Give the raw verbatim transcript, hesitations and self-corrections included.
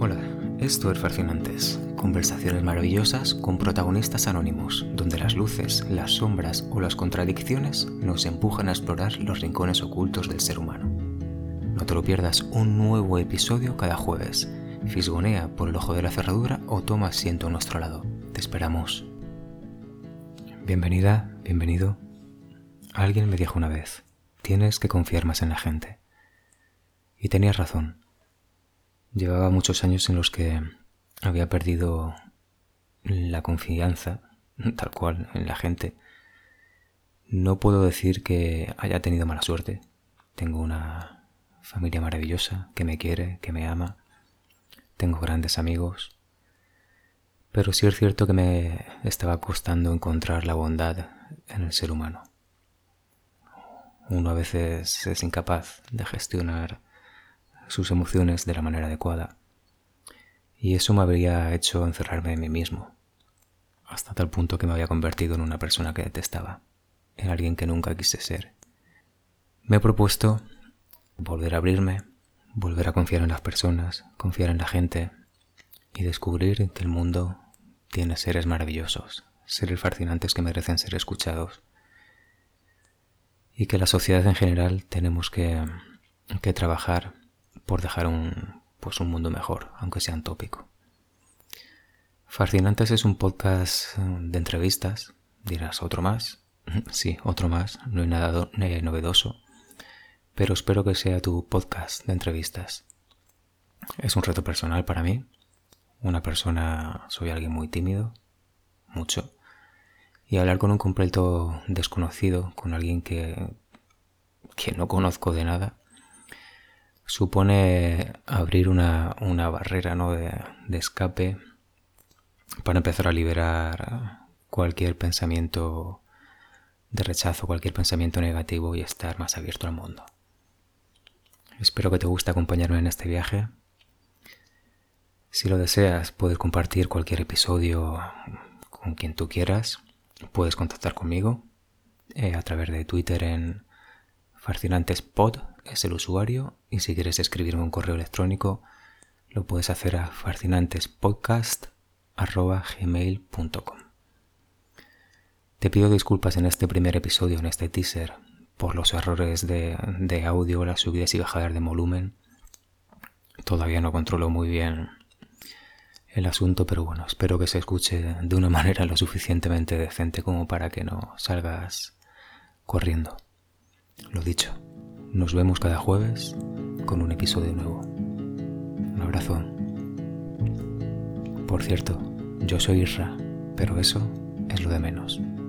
Hola, esto es Fascinantes, conversaciones maravillosas con protagonistas anónimos, donde las luces, las sombras o las contradicciones nos empujan a explorar los rincones ocultos del ser humano. No te lo pierdas, un nuevo episodio cada jueves. Fisgonea por el ojo de la cerradura o toma asiento a nuestro lado. Te esperamos. Bienvenida, bienvenido. Alguien me dijo una vez, tienes que confiar más en la gente. Y tenías razón. Llevaba muchos años en los que había perdido la confianza, tal cual, en la gente. No puedo decir que haya tenido mala suerte. Tengo una familia maravillosa que me quiere, que me ama. Tengo grandes amigos. Pero sí es cierto que me estaba costando encontrar la bondad en el ser humano. Uno a veces es incapaz de gestionar sus emociones de la manera adecuada. Y eso me habría hecho encerrarme en mí mismo, hasta tal punto que me había convertido en una persona que detestaba, en alguien que nunca quise ser. Me he propuesto volver a abrirme, volver a confiar en las personas, confiar en la gente y descubrir que el mundo tiene seres maravillosos, seres fascinantes que merecen ser escuchados y que la sociedad en general tenemos que, que trabajar por dejar un, pues un mundo mejor, aunque sea utópico. Fascinantes es un podcast de entrevistas. Dirás, ¿otro más? Sí, otro más. No hay nada do- no hay novedoso. Pero espero que sea tu podcast de entrevistas. Es un reto personal para mí. Una persona, soy alguien muy tímido, mucho. Y hablar con un completo desconocido, con alguien que, que no conozco de nada, supone abrir una, una barrera, ¿no? de, de escape para empezar a liberar cualquier pensamiento de rechazo, cualquier pensamiento negativo y estar más abierto al mundo. Espero que te guste acompañarme en este viaje. Si lo deseas, puedes compartir cualquier episodio con quien tú quieras. Puedes contactar conmigo eh, a través de Twitter en fascinantespod, es el usuario, y si quieres escribirme un correo electrónico lo puedes hacer a fascinantespodcast arroba gmail punto com. Te pido disculpas en este primer episodio, en este teaser, por los errores de, de audio, las subidas y bajadas de volumen. Todavía no controlo muy bien el asunto, pero bueno, espero que se escuche de una manera lo suficientemente decente como para que no salgas corriendo. Lo dicho, nos vemos cada jueves con un episodio nuevo. Un abrazo. Por cierto, yo soy Isra, pero eso es lo de menos.